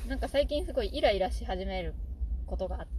なんか最近すごいイライラし始めることがあって、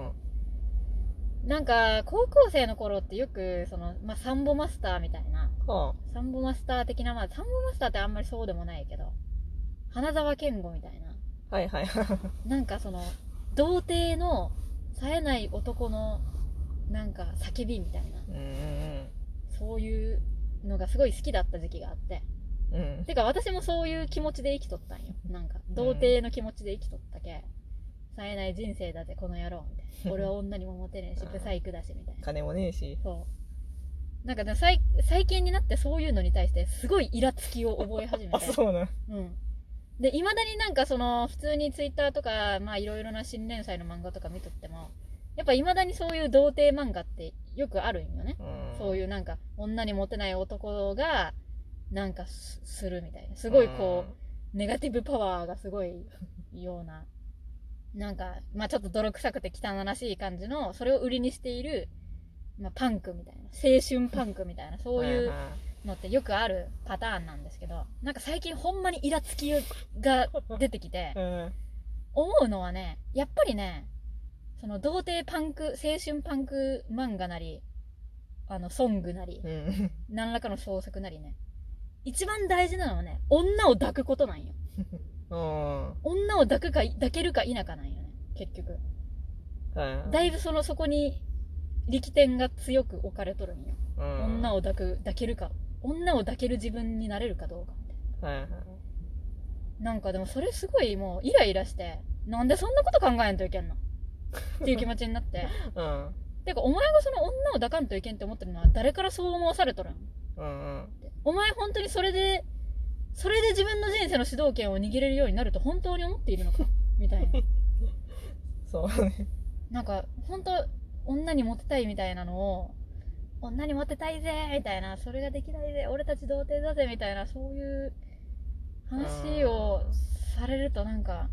なんか高校生の頃ってよくその、サンボマスターみたいな、サンボマスター的な、サンボマスターってあんまりそうでもないけど、花沢健吾みたいな、 はいはいなんかその童貞の冴えない男のなんか叫びみたいな、そういうのがすごい好きだった時期があって、てか私もそういう気持ちで生きとったんよ。なんか童貞の気持ちで生きとったけ、冴えない人生だぜこの野郎みたいな、俺は女にもモテねえしブサイクだしみたいな、 金もねえし、 なんかでも最近になってそういうのに対してすごいイラつきを覚え始めてあ、そうな。 で未だになんかその普通にツイッターとかいろいろな新連載の漫画とか見とっても、やっぱ未だにそういう童貞漫画ってよくあるんよね。そういうなんか女にモテない男がなんかするみたいな、すごいこうネガティブパワーがすごいような、なんかちょっと泥臭くて汚らしい感じの、それを売りにしている、パンクみたいな、青春パンクみたいな、そういうのってよくあるパターンなんですけど、なんか最近ほんまにイラつきが出てきて、思うのはね、やっぱりね、その童貞パンク、青春パンク漫画なり、ソングなり、何らかの創作なりね、一番大事なのはね、女を抱くことなんよ。女を抱けるか否かなんよね、結局。だいぶそこに力点が強く置かれとるんよ。女を抱けるか、女を抱ける自分になれるかどうかみたいな。なんかでもそれすごいもうイライラして、なんでそんなこと考えんといけんのっていう気持ちになって。てかお前がその女を抱かんといけんって思ってるのは誰からそう思わされとるん？お前本当にそれで自分の人生の主導権を握れるようになると本当に思っているのかみたいな。 そうね。 なんか本当女にモテたいみたいなのを、女にモテたいぜみたいな、それができないぜ、俺たち童貞だぜみたいな、そういう話をされるとなんか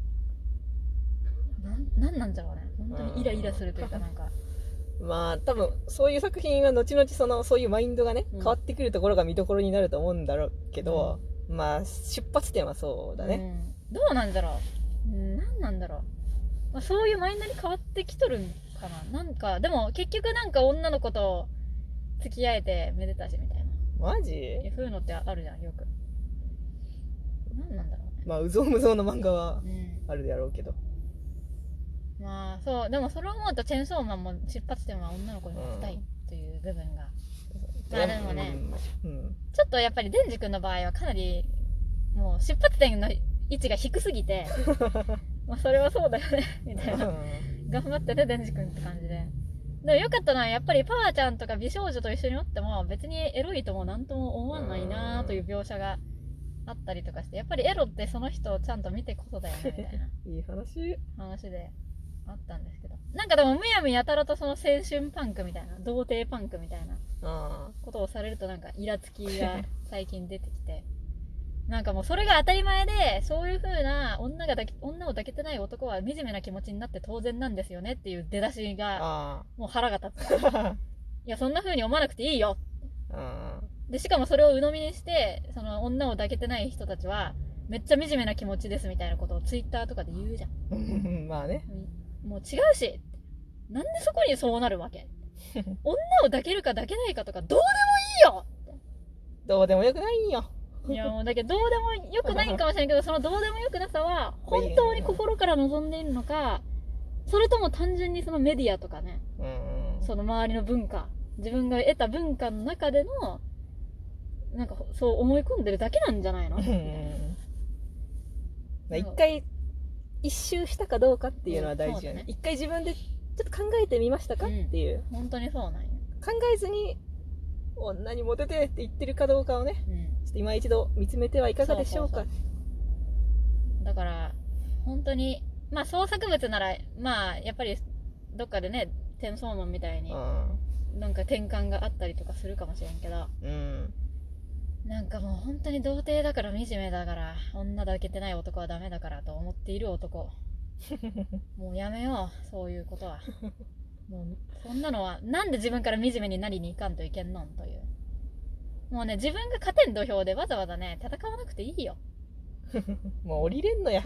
なんなんじゃろうね、本当にイライラするというか、なんか多分そういう作品は後々そういうマインドがね、変わってくるところが見どころになると思うんだろうけど、出発点はそうだね。 どうなんだろう、なんなんだろう、そういうマインドに変わってきとるんかな。なんかでも結局なんか女の子と付き合えてめでたしみたいな、 マジ？ そういうのってあるじゃんよく。なんなんだろうね。 うぞうむぞうの漫画はあるであろうけど、 そう、でもそれを思うとチェーンソーマンも出発点は女の子にモテたいという部分が、でもね、ちょっとやっぱりデンジ君の場合はかなりもう出発点の位置が低すぎてそれはそうだよねみたいな頑張ってねデンジ君って感じで。でもよかったのはやっぱりパワーちゃんとか美少女と一緒におっても別にエロいともなんとも思わないなという描写があったりとかして、やっぱりエロってその人をちゃんと見てこそだよねみたいないい話であったんですけど、なんかでもむやみやたらとその青春パンクみたいな、童貞パンクみたいなことをされるとなんかイラつきが最近出てきてなんかもうそれが当たり前で、そういう風な女を抱けてない男は惨めな気持ちになって当然なんですよねっていう出だしがもう腹が立ついやそんな風に思わなくていいよ。でしかもそれを鵜呑みにしてその女を抱けてない人たちはめっちゃ惨めな気持ちですみたいなことをツイッターとかで言うじゃんまあね、 もう違うし、なんでそこにそうなるわけ女を抱けるか抱けないかとかどうでもいいよどうでもよくないんよ。 いやもうだけどどうでもよくないかもしれないけど、そのどうでもよくなさは本当に心から望んでいるのか、それとも単純にそのメディアとかね、その周りの文化、自分が得た文化の中でのなんかそう思い込んでるだけなんじゃないの？ 一回一周したかどうかっていうのは大事よね。一回自分でちょっと考えてみましたかっていう、 本当にそうなんよ。 考えずに女にモテてって言ってるかどうかをね、ちょっと今一度見つめてはいかがでしょうか。 だから本当に創作物ならやっぱりどっかでねテンソーマンみたいになんか転換があったりとかするかもしれんけど、なんかもう本当に童貞だから惨めだから女抱けてない男はダメだからと思っている男もうやめようそういうことはもうそんなのはなんで自分から惨めになりにいかんといけんのんという、もうね自分が勝てん土俵でわざわざね戦わなくていいよもう降りれんのや。 そう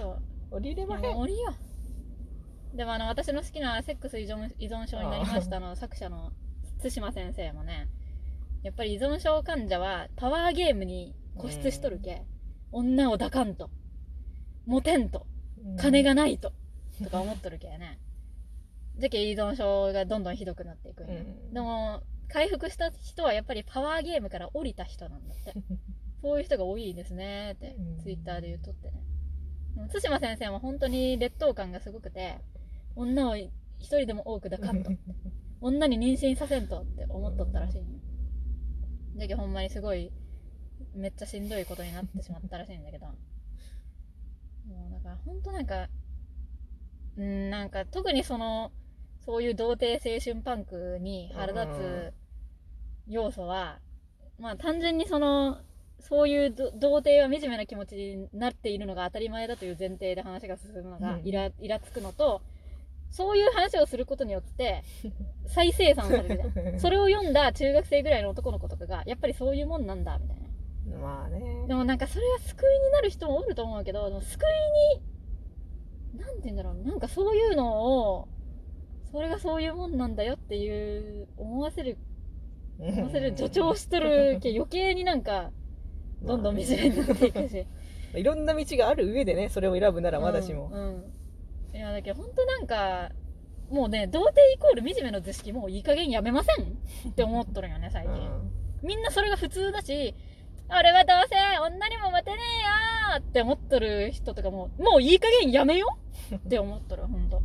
降りれまへん。 降りよう。でも私の好きなセックス依存症になりましたの作者の対馬先生もね、やっぱり依存症患者はパワーゲームに固執しとるけ、女を抱かんと、モテんと、金がないとか思っとるけね。じゃけ依存症がどんどんひどくなっていくんや。でも回復した人はやっぱりパワーゲームから降りた人なんだって。そういう人が多いですねってツイッターで言っとってね。対馬先生も本当に劣等感がすごくて、女を一人でも多く抱かんと、女に妊娠させんとって思っとったらしいんよ。だけどほんまにすごいめっちゃしんどいことになってしまったらしいんだけど、もうだから本当なんかなんか特にそういう童貞青春パンクに腹立つ要素は、まあ単純にそういう童貞は惨めな気持ちになっているのが当たり前だという前提で話が進むのがイラつくのと、そういう話をすることによって再生産されるじゃん。それを読んだ中学生ぐらいの男の子とかがやっぱりそういうもんなんだみたいな。 まあね。 でもなんかそれは救いになる人もおると思うけど、でも救いになんて言うんだろう、なんかそういうのをそれがそういうもんなんだよっていう思わせる助長しとるけ余計になんかどんどん惨めになっていくし、 いろんな道がある上でね、それを選ぶならまだしも。 いやだけど本当なんかもうね、童貞イコール惨めの図式もういい加減やめませんって思っとるよね最近。みんなそれが普通だし、俺はどうせ女にもモテねえよーって思っとる人とかもういい加減やめよって思っとる。ほんと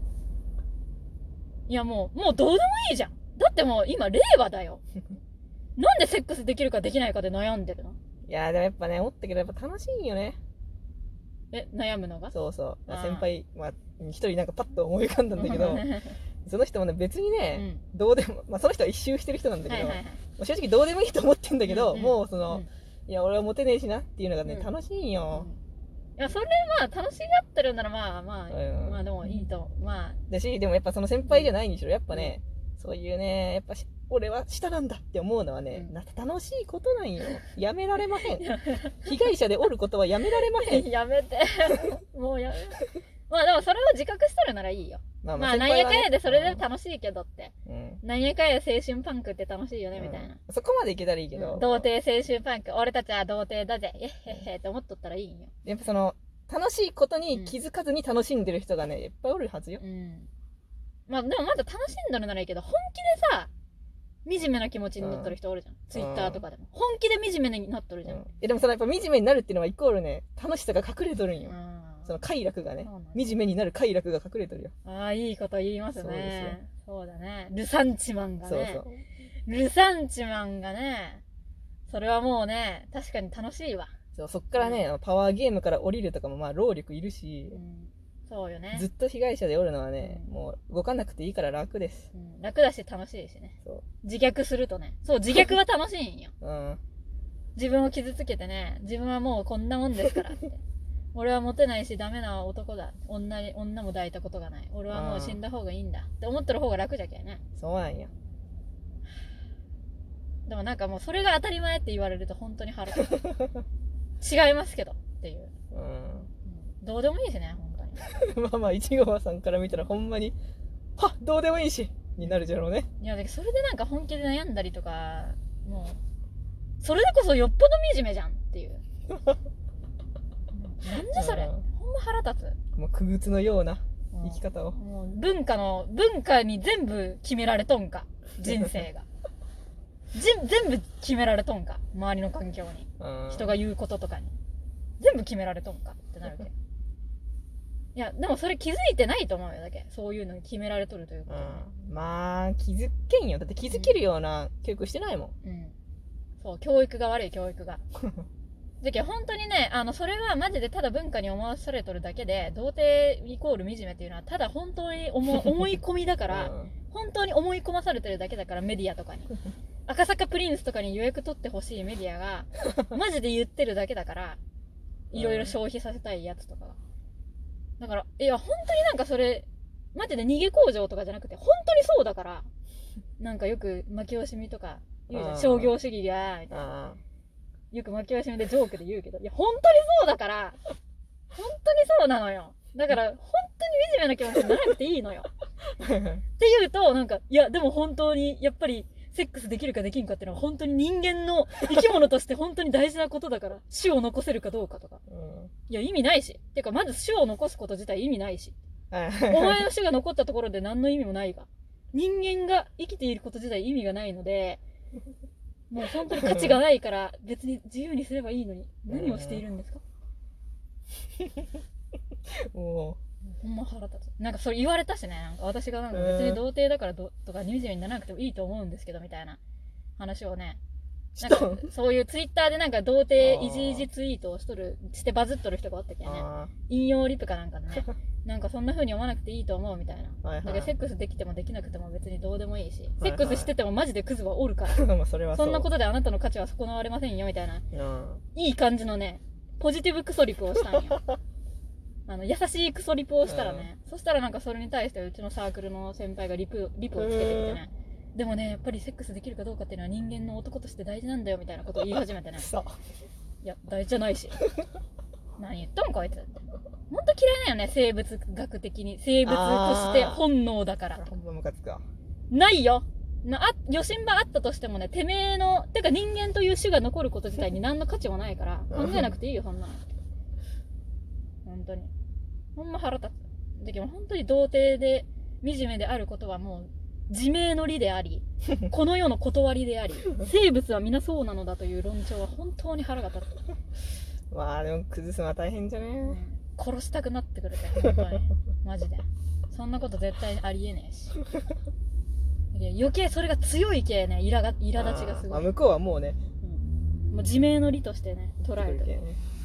いやもうどうでもいいじゃん。だってもう今令和だよ。なんでセックスできるかできないかで悩んでるの？ いやでもやっぱね、思ったけどやっぱ楽しいんよね。 悩むのが？ そうそう。先輩、一人なんかパッと思い浮かんだんだけど、その人もね、別にね、どうでも、その人は一周してる人なんだけど、正直どうでもいいと思ってんだけど、もういや、俺はモテねえしなっていうのがね、楽しいんよ。 いや、それ楽しがってるならまあでもいいと。 だし、でもやっぱその先輩じゃないにしろ、やっぱね、そういうね、やっぱ俺は下なんだって思うのはね、楽しいことなんよ。やめられまへん。被害者でおることはやめられまへん。 やめて。もうやめ。でもそれを自覚しとるならいいよ。なんやかんやでそれで楽しいけどって。なんやかんや青春パンクって楽しいよねみたいな。 そこまでいけたらいいけど。 童貞青春パンク、俺たちは童貞だぜ、えへへって思っとったらいいんよ。 やっぱ楽しいことに気づかずに楽しんでる人がね、いっぱいおるはずよ。 でもまだ楽しんどるならいいけど、本気でさ、惨めな気持ちになっとる人おるじゃん。ツイッターとかでも。本気で惨めになっとるじゃん。 でもやっぱ惨めになるっていうのはイコールね、楽しさが隠れとるんよ。その快楽がね、惨めになる快楽が隠れとるよ。 ああ、いいこと言いますね。そうだね。ルサンチマンがね。 そう。 ルサンチマンがね、それはもうね、確かに楽しいわ。 そっからね、パワーゲームから降りるとかも労力いるし、 そうよね。 ずっと被害者でおるのはね、もう動かなくていいから楽です。 楽だし楽しいしね。自虐するとね。そう、自虐は楽しいんよ。自分を傷つけてね、自分はもうこんなもんですからって。俺はモテないしダメな男だ。女も抱いたことがない。俺はもう死んだ方がいいんだって思ってる方が楽じゃけんね。 そうなんや。 でもなんかもうそれが当たり前って言われると本当に腹立つ。違いますけどっていう。どうでもいいしね、本当に。 1号さんから見たらほんまに、どうでもいいしになるじゃろうね。 いや、それでなんか本気で悩んだりとか、もう、それでこそよっぽど惨めじゃんっていう。なんじゃそれ、ほんま腹立つ。 もう傀儡のような生き方を。 もう文化に全部決められとんか、人生が。全部決められとんか、周りの環境に。人が言うこととかに。全部決められとんかってなるけど。いや、でもそれ気づいてないと思うよだけ。そういうのに決められとるということ。 気づけんよ。だって気づけるような教育してないもん。 そう、教育が悪い、教育が。だけど本当にね、それはマジでただ文化に思わされとるだけで、童貞イコール惨めっていうのは、ただ本当に思い込みだから、本当に思い込まされてるだけだから、メディアとかに。赤坂プリンスとかに予約取ってほしいメディアが、マジで言ってるだけだから、いろいろ消費させたいやつとかが。だから、いや、本当になんかそれ、マジで逃げ工場とかじゃなくて、本当にそうだから、なんかよく負け惜しみとか言うじゃん。商業主義やみたいな。よく負け惜しみでジョークで言うけど、いや、本当にそうだから、 当にそうなのよ。だから本当に惨めな気持ちにならなくていいのよ。っていうとなんかいやでも本当にやっぱりセックスできるかできんかっていうのは本当に人間の生き物として本当に大事なことだから種を残せるかどうかとか、いや意味ないし、てかまず種を残すこと自体意味ないし、お前の種が残ったところで何の意味もないが、人間が生きていること自体意味がないので、もう本当に価値がないから別に自由にすればいいのに何をしているんですか。 もうほんま腹立つ。なんかそれ言われたしね、なんか私がなんか別に童貞だからとか惨めにならなくてもいいと思うんですけどみたいな話をね、なんかそういうツイッターでなんか童貞いじいじツイートをしてバズっとる人がおったけどね、引用リプかなんかでね、なんかそんな風に思わなくていいと思うみたいな。だからセックスできてもできなくても別にどうでもいいし、セックスしててもマジでクズはおるから、そんなことであなたの価値は損なわれませんよみたいな、いい感じのね、ポジティブクソリプをしたんよ。優しいクソリプをしたらね、そしたらなんかそれに対してうちのサークルの先輩がリプをつけてきてね、でもねやっぱりセックスできるかどうかっていうのは人間の男として大事なんだよみたいなことを言い始めてねいや大事じゃないし何言っとんこいつって、ほんと嫌いだよね、生物学的に生物として本能だから。 ほんまムカつくわ。ないよ余震場あったとしてもね、てめえのてか人間という種が残ること自体に何の価値もないから考えなくていいよそんなの。本当にほんま腹立つ。だけど本当に童貞で惨めであることはもう自明の理でありこの世の断りであり生物は皆そうなのだという論調は本当に腹が立つ。 まあでも崩すのは大変じゃね、 殺したくなってくれて本当にマジでそんなこと絶対ありえねえし余計それが強いけね、苛立ちがすごい。 向こうはもうね、 もう自明の理としてね捉えてる。